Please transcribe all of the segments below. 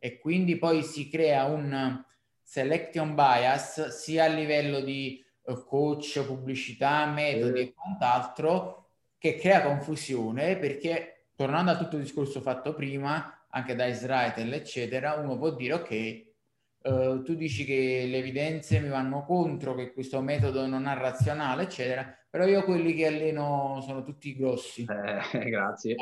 e quindi poi si crea un selection bias sia a livello di coach, pubblicità, metodi e quant'altro, che crea confusione perché, tornando a tutto il discorso fatto prima, anche da Israel, eccetera, uno può dire ok, tu dici che le evidenze mi vanno contro, che questo metodo non è razionale, eccetera, però io quelli che alleno sono tutti grossi. Grazie.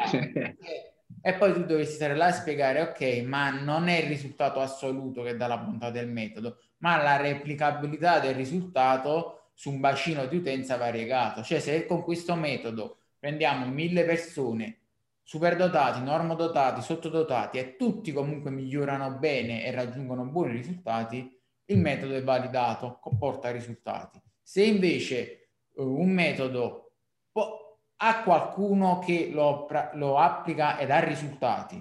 E poi tu dovresti stare là a spiegare, ok, ma non è il risultato assoluto che dà la bontà del metodo, ma la replicabilità del risultato su un bacino di utenza variegato. Cioè, se con questo metodo prendiamo 1000 persone superdotati, normodotati, sottodotati e tutti comunque migliorano bene e raggiungono buoni risultati, il metodo è validato, porta risultati. Se invece un metodo ha qualcuno che lo applica ed ha risultati,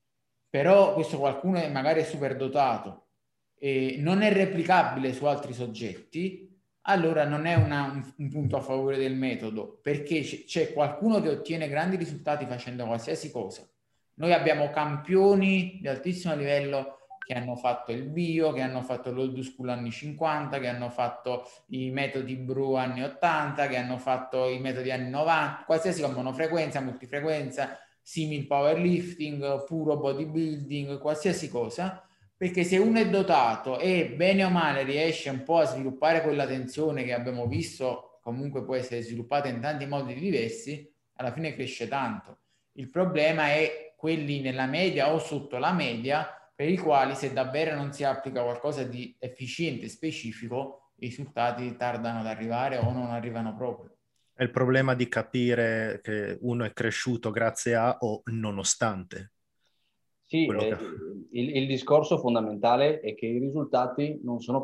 però questo qualcuno magari è superdotato e non è replicabile su altri soggetti, allora non è un punto a favore del metodo, perché c'è qualcuno che ottiene grandi risultati facendo qualsiasi cosa. Noi abbiamo campioni di altissimo livello che hanno fatto il bio, che hanno fatto l'old school anni 50, che hanno fatto i metodi Bru anni 80, che hanno fatto i metodi anni 90, qualsiasi con monofrequenza, multifrequenza, simil powerlifting, puro bodybuilding, qualsiasi cosa, perché se uno è dotato e bene o male riesce un po' a sviluppare quella tensione che abbiamo visto, comunque può essere sviluppata in tanti modi diversi, alla fine cresce tanto. Il problema è quelli nella media o sotto la media, per i quali se davvero non si applica qualcosa di efficiente e specifico, i risultati tardano ad arrivare o non arrivano proprio. È il problema di capire che uno è cresciuto grazie a o nonostante. Sì, Quello che... il discorso fondamentale è che i risultati non sono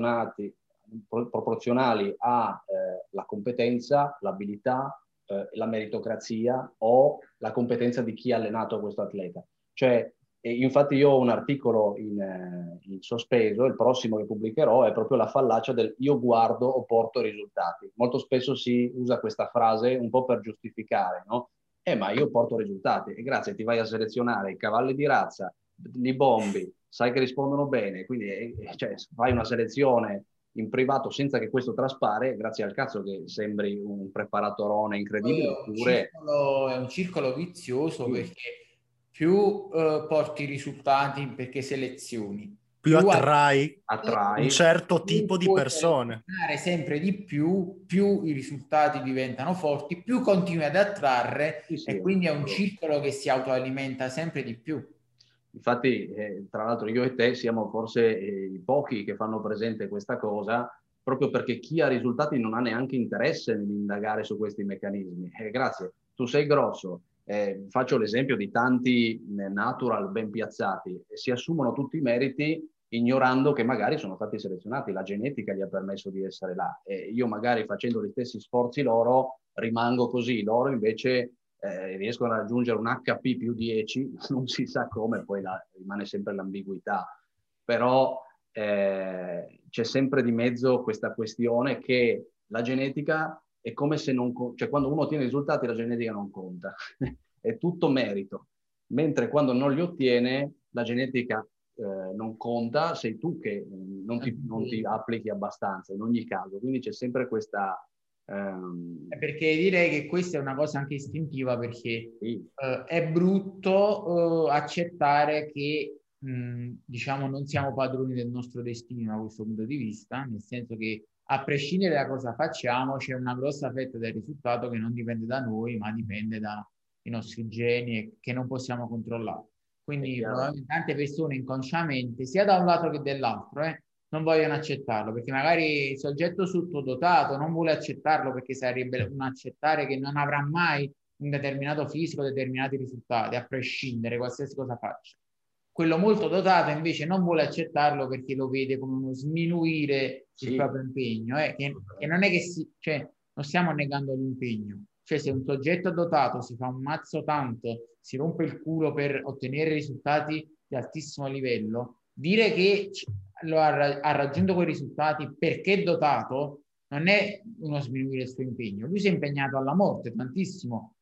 proporzionali alla competenza, l'abilità, la meritocrazia o la competenza di chi ha allenato questo atleta. Cioè, infatti io ho un articolo in sospeso, il prossimo che pubblicherò è proprio la fallacia del io guardo o porto risultati. Molto spesso si usa questa frase un po' per giustificare, no? Ma io porto risultati e grazie, ti vai a selezionare i cavalli di razza, li bombi, sai che rispondono bene, quindi cioè, fai una selezione in privato senza che questo traspare, grazie al cazzo che sembri un preparatorone incredibile, oppure... È un circolo vizioso, Sì, perché più porti risultati perché selezioni, più più attrai un attrai. certo tipo più di puoi persone. selezionare sempre di più, più i risultati diventano forti, più continui ad attrarre Sì, sì, e è un quindi è un circolo. circolo che si autoalimenta sempre di più. Infatti, tra l'altro, io e te siamo forse i pochi che fanno presente questa cosa, proprio perché chi ha risultati non ha neanche interesse nell'indagare su questi meccanismi. Grazie, tu sei grosso. Faccio l'esempio di tanti natural ben piazzati e si assumono tutti i meriti ignorando che magari sono stati selezionati, la genetica gli ha permesso di essere là. Io magari facendo gli stessi sforzi loro rimango così, loro invece riescono a raggiungere un HP più 10, non si sa come, poi rimane sempre l'ambiguità, però c'è sempre di mezzo questa questione che la genetica è come se non, cioè quando uno ottiene risultati la genetica non conta, è tutto merito, mentre quando non li ottiene la genetica non conta, sei tu che non ti applichi abbastanza in ogni caso, quindi c'è sempre questa... Perché direi che questa è una cosa anche istintiva, perché sì. è brutto accettare che diciamo non siamo padroni del nostro destino da questo punto di vista, nel senso che a prescindere da cosa facciamo c'è una grossa fetta del risultato che non dipende da noi, ma dipende dai nostri geni e che non possiamo controllare. Quindi probabilmente tante persone inconsciamente, sia da un lato che dall'altro, non vogliono accettarlo, perché magari il soggetto sottodotato non vuole accettarlo perché sarebbe un accettare che non avrà mai un determinato fisico, determinati risultati, a prescindere qualsiasi cosa faccia. Quello molto dotato invece non vuole accettarlo perché lo vede come uno sminuire il proprio impegno, che non è che cioè, non stiamo negando l'impegno. Cioè, se un soggetto dotato si fa un mazzo tanto, si rompe il culo per ottenere risultati di altissimo livello, dire che ha raggiunto quei risultati perché è dotato non è uno sminuire il suo impegno. Lui si è impegnato alla morte tantissimo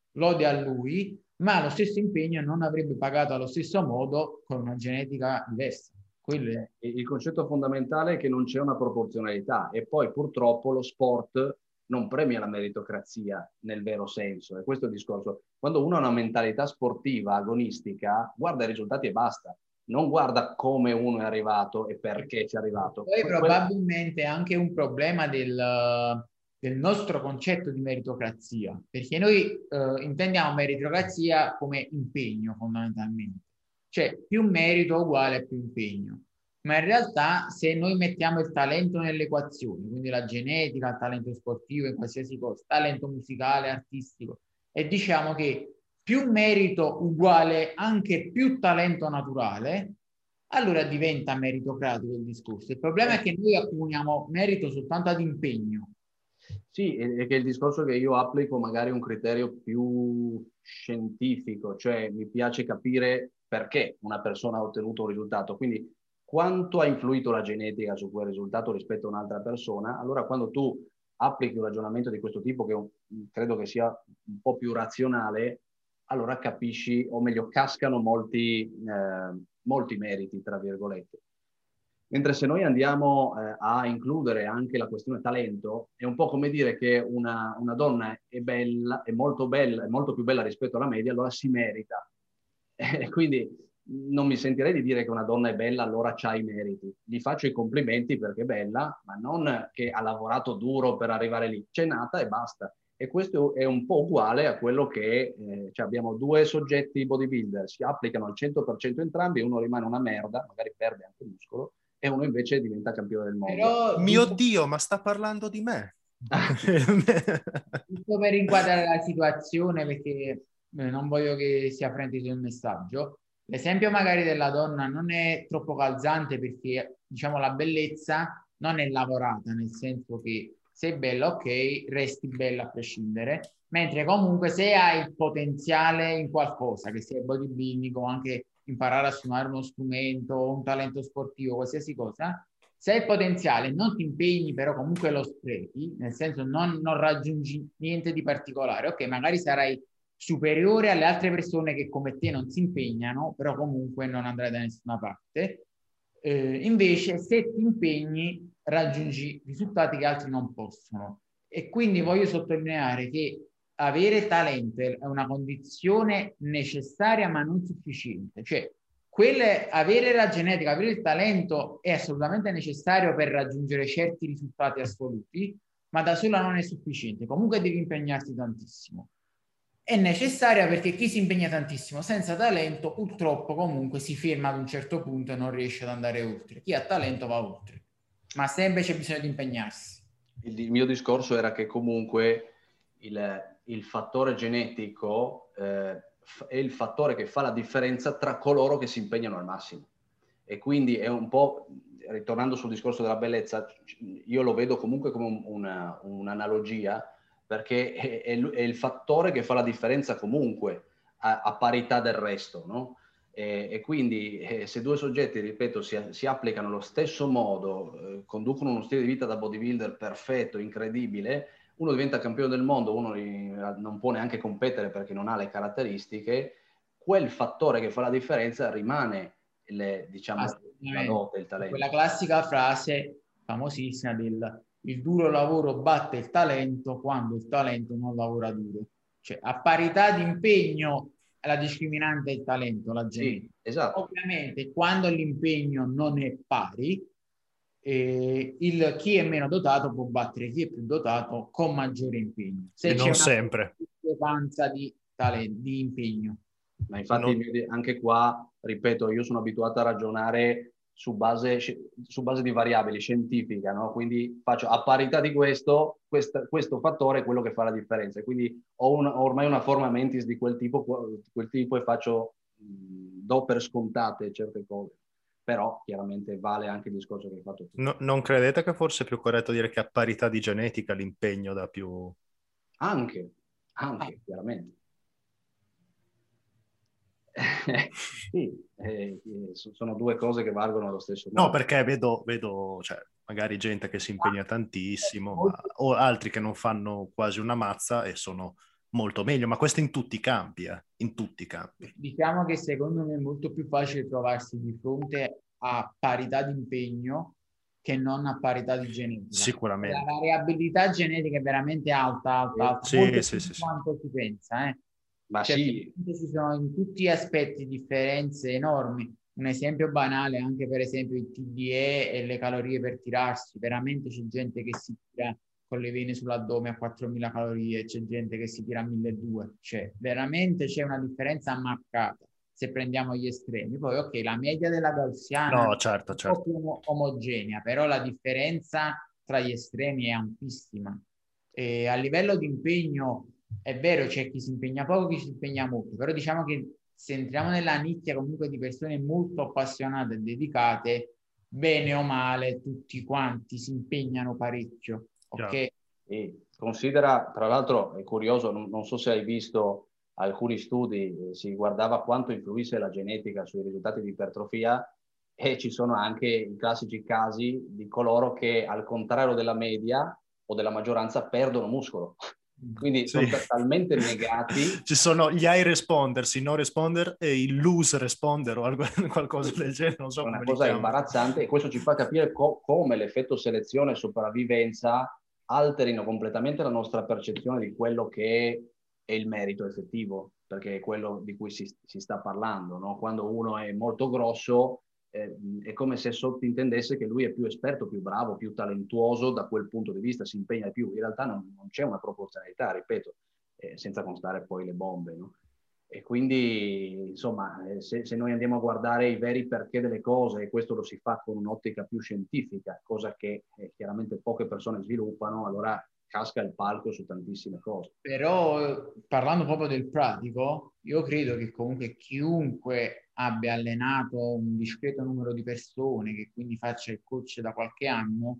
lode a lui, ma lo stesso impegno non avrebbe pagato allo stesso modo con una genetica diversa. Il concetto fondamentale è che non c'è una proporzionalità, e poi purtroppo lo sport non premia la meritocrazia nel vero senso, e questo è il discorso. Quando uno ha una mentalità sportiva agonistica, guarda i risultati e basta, non guarda come uno è arrivato e perché ci è arrivato. Poi probabilmente è anche un problema del nostro concetto di meritocrazia, perché noi intendiamo meritocrazia come impegno fondamentalmente, cioè più merito uguale a più impegno, ma in realtà se noi mettiamo il talento nell'equazione, quindi la genetica, il talento sportivo in qualsiasi cosa, talento musicale, artistico, e diciamo che più merito uguale anche più talento naturale, allora diventa meritocratico il discorso. Il problema è che noi accumuliamo merito soltanto ad impegno. Sì, è che il discorso che io applico magari un criterio più scientifico, cioè mi piace capire perché una persona ha ottenuto un risultato, quindi quanto ha influito la genetica su quel risultato rispetto a un'altra persona. Allora quando tu applichi un ragionamento di questo tipo, che credo che sia un po' più razionale, allora capisci, o meglio, cascano molti meriti, tra virgolette. Mentre se noi andiamo a includere anche la questione talento, è un po' come dire che una donna è bella, è molto più bella rispetto alla media, allora si merita. Quindi non mi sentirei di dire che una donna è bella, allora c'ha i meriti. Gli faccio i complimenti perché è bella, ma non che ha lavorato duro per arrivare lì. C'è nata e basta. E questo è un po' uguale a quello che cioè abbiamo due soggetti bodybuilder, si applicano al 100% entrambi, uno rimane una merda, magari perde anche muscolo, e uno invece diventa campione del mondo. Però, Mio Dio, ma sta parlando di me. giusto per inquadrare la situazione, perché non voglio che sia frainteso il messaggio, l'esempio magari della donna non è troppo calzante perché, diciamo, la bellezza non è lavorata, nel senso che sei bella, ok, resti bella a prescindere, mentre comunque se hai il potenziale in qualcosa, che sia bodybuilding o anche imparare a suonare uno strumento, un talento sportivo, qualsiasi cosa, se hai il potenziale non ti impegni, però comunque lo sprechi, nel senso non raggiungi niente di particolare, ok, magari sarai superiore alle altre persone che come te non si impegnano, però comunque non andrai da nessuna parte. Invece se ti impegni raggiungi risultati che altri non possono. E quindi voglio sottolineare che avere talento è una condizione necessaria ma non sufficiente, cioè avere la genetica, avere il talento è assolutamente necessario per raggiungere certi risultati assoluti, ma da sola non è sufficiente. Comunque devi impegnarti tantissimo. È necessaria perché chi si impegna tantissimo senza talento purtroppo comunque si ferma ad un certo punto e non riesce ad andare oltre. Chi ha talento va oltre, ma sempre c'è bisogno di impegnarsi. Il mio discorso era che comunque il fattore genetico è il fattore che fa la differenza tra coloro che si impegnano al massimo. E quindi è un po', ritornando sul discorso della bellezza, io lo vedo comunque come un'analogia, perché è il fattore che fa la differenza comunque a parità del resto, no? E quindi se due soggetti, ripeto, si applicano allo stesso modo, conducono uno stile di vita da bodybuilder perfetto, incredibile, uno diventa campione del mondo, uno non può neanche competere perché non ha le caratteristiche, quel fattore che fa la differenza rimane diciamo, la dote, il talento. Quella classica frase famosissima del il duro lavoro batte il talento quando il talento non lavora duro. Cioè, a parità di impegno la discriminante è il talento, la genetica. Sì, esatto. Ovviamente quando l'impegno non è pari, chi è meno dotato può battere chi è più dotato con maggiore impegno. Se c'è non una sempre. discrepanza di talento, di impegno. Ma infatti anche qua, ripeto, io sono abituato a ragionare su base di variabili scientifiche, no? Quindi faccio a parità di questo fattore è quello che fa la differenza. Quindi ho ormai una forma mentis di quel tipo e do per scontate certe cose. Però chiaramente vale anche il discorso che hai fatto tu. Non credete che forse è più corretto dire che a parità di genetica l'impegno dà più... Anche, chiaramente. Sì, sono due cose che valgono allo stesso modo. No, perché vedo cioè, magari gente che si impegna tantissimo, o altri che non fanno quasi una mazza e sono molto meglio, ma questo in tutti i campi, in tutti i campi. Diciamo che secondo me è molto più facile trovarsi di fronte a parità di impegno che non a parità di genetica. La Sicuramente. variabilità genetica è veramente alta, Sì, molto sì, più sì, di sì. quanto si pensa. Ma Cioè, sì, ci sono in tutti gli aspetti differenze enormi. Un esempio banale, anche per esempio il TDE e le calorie per tirarsi. Veramente c'è gente che si tira con le vene sull'addome a 4.000 calorie, c'è gente che si tira a 1.200. Cioè, veramente c'è una differenza marcata se prendiamo gli estremi. Poi, ok, la media della gaussiana No, è certo, un po' certo. più omogenea, però la differenza tra gli estremi è ampissima. E a livello di impegno, è vero, c'è chi si impegna poco, chi si impegna molto, però diciamo che se entriamo nella nicchia comunque di persone molto appassionate e dedicate, bene o male, tutti quanti si impegnano parecchio, Chiaro. ok? e considera, tra l'altro è curioso, non so se hai visto alcuni studi, si guardava quanto influisse la genetica sui risultati di ipertrofia e ci sono anche i classici casi di coloro che al contrario della media o della maggioranza perdono muscolo. Quindi Sì. sono talmente negati. Ci sono gli high responders, i no responder e i loose responder o qualcosa del genere, non so È una come li cosa chiamano. imbarazzante e questo ci fa capire come l'effetto selezione e sopravvivenza alterino completamente la nostra percezione di quello che è il merito effettivo, perché è quello di cui si sta parlando, no? Quando uno è molto grosso, è come se sottintendesse che lui è più esperto, più bravo, più talentuoso da quel punto di vista, si impegna di più. In realtà non c'è una proporzionalità, ripeto, senza constare poi le bombe, no? E quindi, insomma, se noi andiamo a guardare i veri perché delle cose, e questo lo si fa con un'ottica più scientifica, cosa che chiaramente poche persone sviluppano, allora casca il palco su tantissime cose. Però parlando proprio del pratico, io credo che comunque chiunque abbia allenato un discreto numero di persone, che quindi faccia il coach da qualche anno,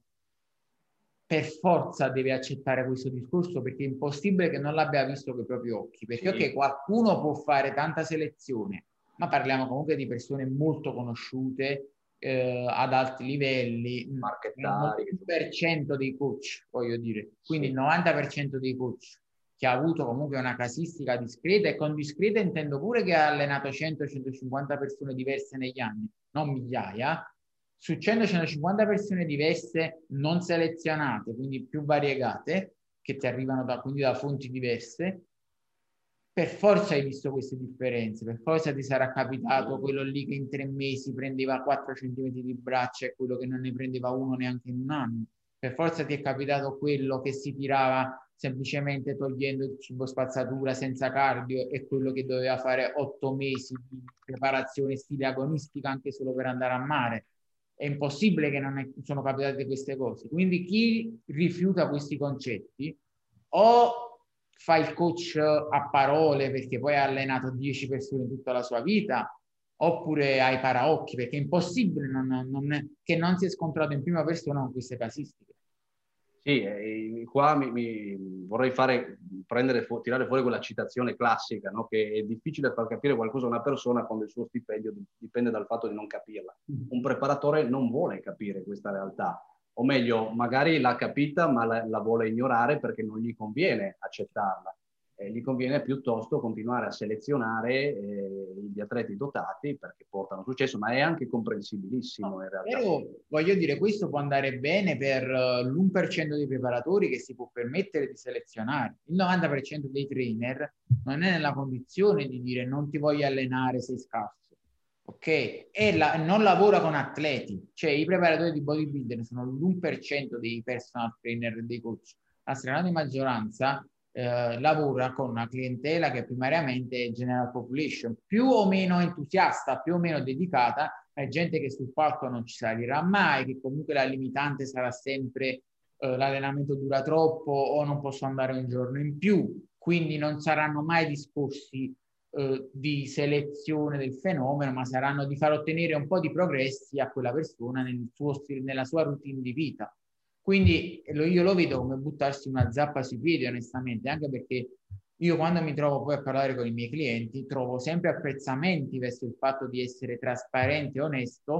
per forza deve accettare questo discorso perché è impossibile che non l'abbia visto con i propri occhi. Perché ok, Sì. qualcuno può fare tanta selezione, ma parliamo comunque di persone molto conosciute ad alti livelli, il Marchettari. 90% dei coach, voglio dire, quindi il Sì. 90% dei coach che ha avuto comunque una casistica discreta, e con discreta intendo pure che ha allenato 100-150 persone diverse negli anni, non migliaia, su 100-150 persone diverse non selezionate, quindi più variegate, che ti arrivano quindi da fonti diverse, per forza hai visto queste differenze, per forza ti sarà capitato quello lì che in 3 mesi prendeva 4 centimetri di braccia e quello che non ne prendeva uno neanche in un anno. Per forza ti è capitato quello che si tirava semplicemente togliendo il cibo spazzatura senza cardio e quello che doveva fare 8 mesi di preparazione stile agonistica anche solo per andare a mare. È impossibile che non sono capitate queste cose. Quindi chi rifiuta questi concetti o fa il coach a parole perché poi ha allenato 10 persone tutta la sua vita, oppure ai paraocchi, perché è impossibile che non si è scontrato in prima persona con queste casistiche. Sì, qua vorrei tirare fuori quella citazione classica, no? Che è difficile far capire qualcosa a una persona quando il suo stipendio dipende dal fatto di non capirla. Un preparatore non vuole capire questa realtà, o meglio, magari l'ha capita ma la vuole ignorare perché non gli conviene accettarla. Gli conviene piuttosto continuare a selezionare gli atleti dotati perché portano successo, ma è anche comprensibilissimo in realtà. Però voglio dire, questo può andare bene per l'1% dei preparatori che si può permettere di selezionare. Il 90% dei trainer non è nella condizione di dire non ti voglio allenare, sei scarso. Ok? E non lavora con atleti, cioè i preparatori di bodybuilder sono l'1% dei personal trainer e dei coach. La stragrande maggioranza lavora con una clientela che primariamente è general population, più o meno entusiasta, più o meno dedicata, è gente che sul palco non ci salirà mai, che comunque la limitante sarà sempre l'allenamento dura troppo o non posso andare un giorno in più, quindi non saranno mai discorsi di selezione del fenomeno, ma saranno di far ottenere un po' di progressi a quella persona nella sua routine di vita. Quindi io lo vedo come buttarsi una zappa sui piedi, onestamente, anche perché io quando mi trovo poi a parlare con i miei clienti trovo sempre apprezzamenti verso il fatto di essere trasparente e onesto,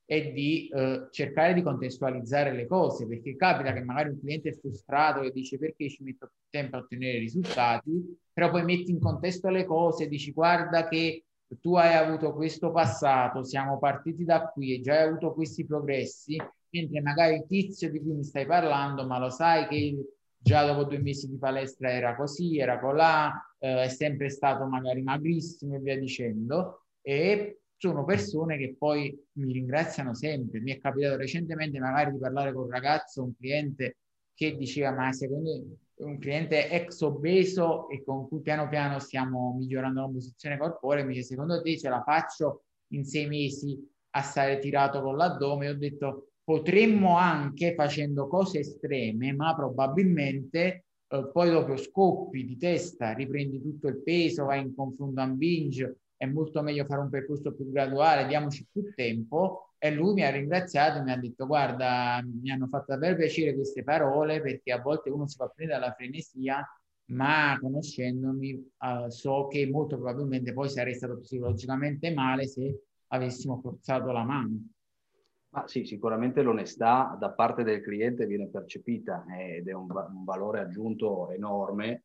è di cercare di contestualizzare le cose, perché capita che magari un cliente è frustrato e dice perché ci metto più tempo a ottenere risultati, però poi metti in contesto le cose e dici guarda che tu hai avuto questo passato, siamo partiti da qui e già hai avuto questi progressi, mentre magari il tizio di cui mi stai parlando, ma lo sai che già dopo 2 mesi di palestra era così, era colà, è sempre stato magari magrissimo e via dicendo, e sono persone che poi mi ringraziano sempre. Mi è capitato recentemente magari di parlare con un ragazzo, un cliente che diceva ma secondo me un cliente ex obeso e con cui piano piano stiamo migliorando la posizione corporea, mi dice secondo te ce la faccio in 6 mesi a stare tirato con l'addome? Ho detto potremmo anche facendo cose estreme, ma probabilmente poi dopo scoppi di testa, riprendi tutto il peso, vai in confronto a binge, è molto meglio fare un percorso più graduale, diamoci più tempo. E lui mi ha ringraziato e mi ha detto guarda, mi hanno fatto davvero piacere queste parole, perché a volte uno si fa prendere dalla frenesia, ma conoscendomi so che molto probabilmente poi sarei stato psicologicamente male se avessimo forzato la mano. Ma sì, sicuramente l'onestà da parte del cliente viene percepita ed è un valore aggiunto enorme,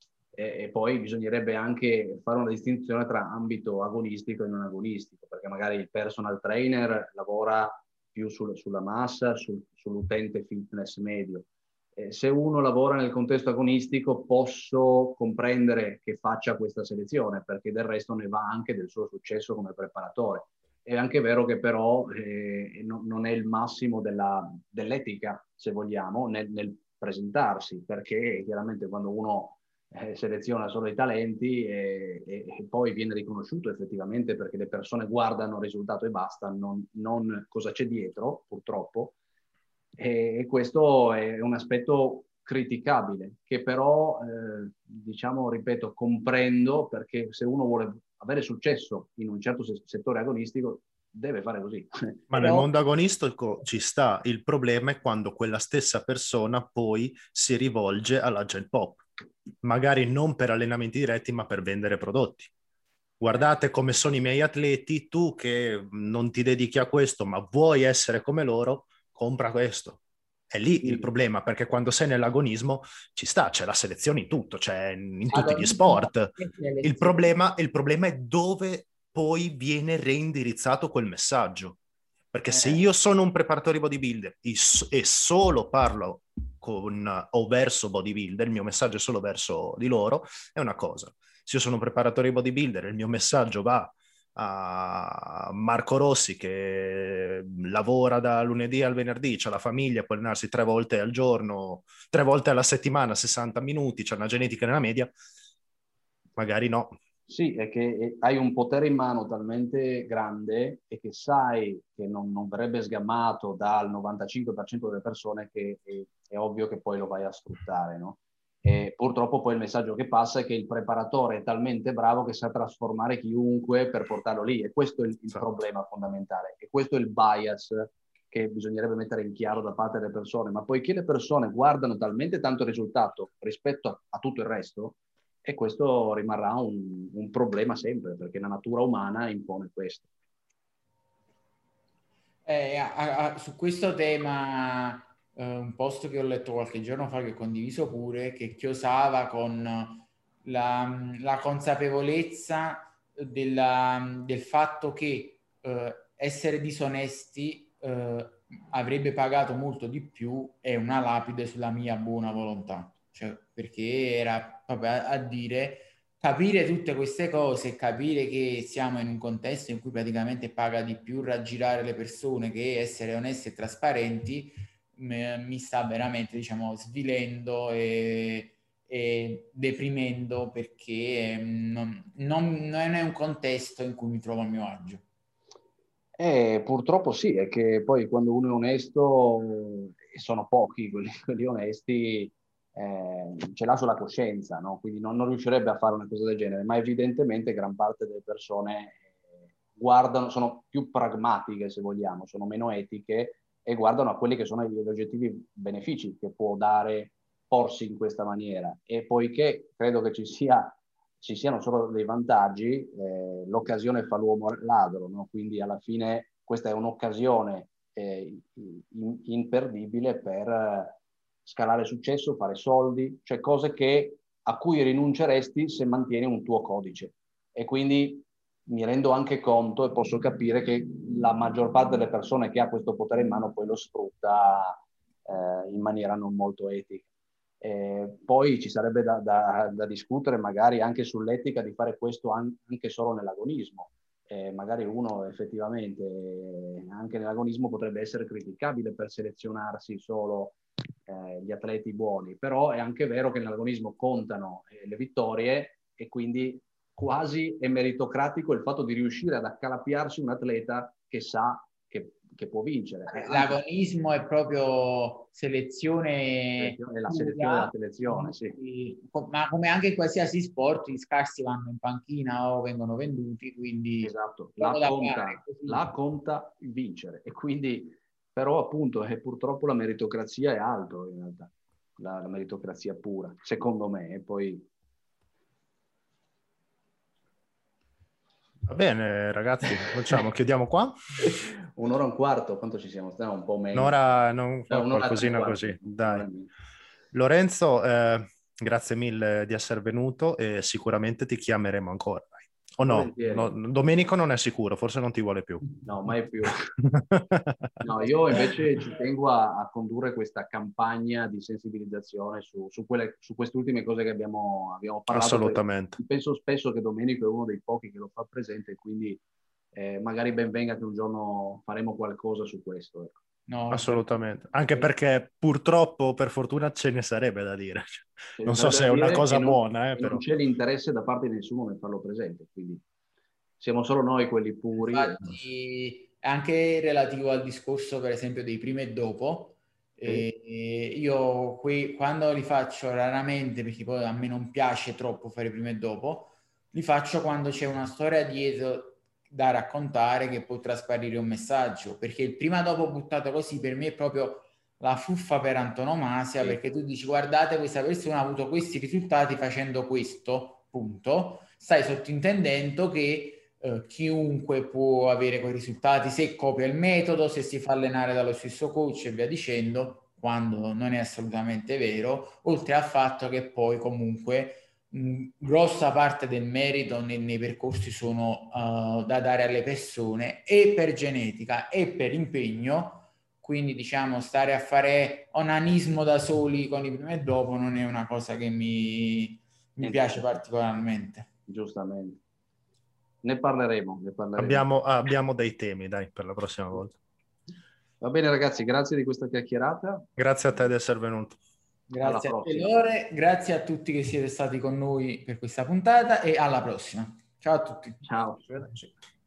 e poi bisognerebbe anche fare una distinzione tra ambito agonistico e non agonistico, perché magari il personal trainer lavora più sulla massa, sull'utente fitness medio. Se uno lavora nel contesto agonistico posso comprendere che faccia questa selezione, perché del resto ne va anche del suo successo come preparatore. È anche vero che però non è il massimo dell'etica, se vogliamo, nel presentarsi, perché chiaramente quando uno seleziona solo i talenti e poi viene riconosciuto effettivamente perché le persone guardano il risultato e basta, non cosa c'è dietro, purtroppo. E questo è un aspetto criticabile, che però, diciamo, ripeto, comprendo, perché se uno vuole avere successo in un certo settore agonistico, deve fare così. Ma nel mondo agonistico ci sta. Il problema è quando quella stessa persona poi si rivolge all'agent pop, magari non per allenamenti diretti, ma per vendere prodotti. Guardate come sono i miei atleti, tu che non ti dedichi a questo, ma vuoi essere come loro, compra questo. È lì il problema, perché quando sei nell'agonismo ci sta, c'è la selezione in tutto, c'è in tutti gli sport. Il problema è dove poi viene reindirizzato quel messaggio. Perché se io sono un preparatore bodybuilder e solo parlo con o verso bodybuilder, il mio messaggio è solo verso di loro, è una cosa. Se io sono un preparatore bodybuilder e il mio messaggio va a Marco Rossi che lavora da lunedì al venerdì, c'ha la famiglia, può allenarsi 3 volte al giorno, 3 volte alla settimana, 60 minuti, c'ha una genetica nella media, magari no. Sì, è che hai un potere in mano talmente grande e che sai che non verrebbe sgamato dal 95% delle persone che è ovvio che poi lo vai a sfruttare, no? E purtroppo poi il messaggio che passa è che il preparatore è talmente bravo che sa trasformare chiunque per portarlo lì, e questo è il problema fondamentale, e questo è il bias che bisognerebbe mettere in chiaro da parte delle persone. Ma poiché le persone guardano talmente tanto il risultato rispetto a tutto il resto, e questo rimarrà un problema sempre, perché la natura umana impone questo. Su questo tema, un post che ho letto qualche giorno fa, che ho condiviso pure, che chiosava con la consapevolezza del fatto che essere disonesti avrebbe pagato molto di più, è una lapide sulla mia buona volontà. Cioè, perché era proprio a dire capire tutte queste cose, capire che siamo in un contesto in cui praticamente paga di più raggirare le persone che essere onesti e trasparenti, mi sta veramente, diciamo, svilendo e deprimendo, perché non è un contesto in cui mi trovo a mio agio. Purtroppo sì, è che poi quando uno è onesto, e sono pochi quelli onesti, ce l'ha sulla coscienza, no? Quindi non riuscirebbe a fare una cosa del genere, ma evidentemente gran parte delle persone guardano, sono più pragmatiche se vogliamo, sono meno etiche e guardano a quelli che sono gli oggettivi benefici che può dare porsi in questa maniera. E poiché credo che ci siano solo dei vantaggi, l'occasione fa l'uomo ladro, no? Quindi alla fine questa è un'occasione imperdibile per scalare successo, fare soldi, cioè cose a cui rinunceresti se mantieni un tuo codice. E quindi mi rendo anche conto e posso capire che la maggior parte delle persone che ha questo potere in mano poi lo sfrutta in maniera non molto etica. Poi ci sarebbe da discutere magari anche sull'etica di fare questo anche solo nell'agonismo. Magari uno effettivamente anche nell'agonismo potrebbe essere criticabile per selezionarsi solo gli atleti buoni, però è anche vero che nell'agonismo contano le vittorie e quindi quasi è meritocratico il fatto di riuscire ad accalappiarsi un atleta che sa che può vincere. L'agonismo è proprio selezione, è la selezione della selezione, sì. Ma come anche in qualsiasi sport, gli scarsi vanno in panchina o vengono venduti, quindi esatto, la conta il vincere, e quindi però appunto purtroppo la meritocrazia è alto in realtà, la meritocrazia pura, secondo me, e poi... Va bene, ragazzi, facciamo, chiudiamo qua. Un'ora e un quarto, quanto ci siamo? Stiamo un po' meno. Un'ora, qualcosina quarto, così, dai. Lorenzo, grazie mille di essere venuto e sicuramente ti chiameremo ancora. O no, Domenico non è sicuro, forse non ti vuole più. No, mai più. No, io invece ci tengo a condurre questa campagna di sensibilizzazione su queste ultime cose che abbiamo parlato. Assolutamente. Penso spesso che Domenico è uno dei pochi che lo fa presente, quindi magari ben venga che un giorno faremo qualcosa su questo. Ecco. No, assolutamente, anche perché purtroppo, per fortuna, ce ne sarebbe da dire. Non so se è una cosa buona, però. Non c'è l'interesse da parte di nessuno nel farlo presente, quindi siamo solo noi quelli puri. Infatti, anche relativo al discorso, per esempio, dei prima e dopo, io quando li faccio raramente, perché poi a me non piace troppo fare prima e dopo, li faccio quando c'è una storia dietro da raccontare che può trasparire un messaggio, perché il prima dopo buttato così per me è proprio la fuffa per antonomasia, perché tu dici guardate, questa persona ha avuto questi risultati facendo questo, punto, stai sottintendendo che chiunque può avere quei risultati se copia il metodo, se si fa allenare dallo stesso coach e via dicendo, quando non è assolutamente vero, oltre al fatto che poi comunque grossa parte del merito nei percorsi sono da dare alle persone e per genetica e per impegno, quindi diciamo stare a fare onanismo da soli con i prima e dopo non è una cosa che mi piace particolarmente. Giustamente. Ne parleremo. Abbiamo dei temi, dai, per la prossima volta. Va bene ragazzi, grazie di questa chiacchierata. Grazie a te di essere venuto. Grazie a te Lore, grazie a tutti che siete stati con noi per questa puntata e alla prossima. Ciao a tutti. Ciao.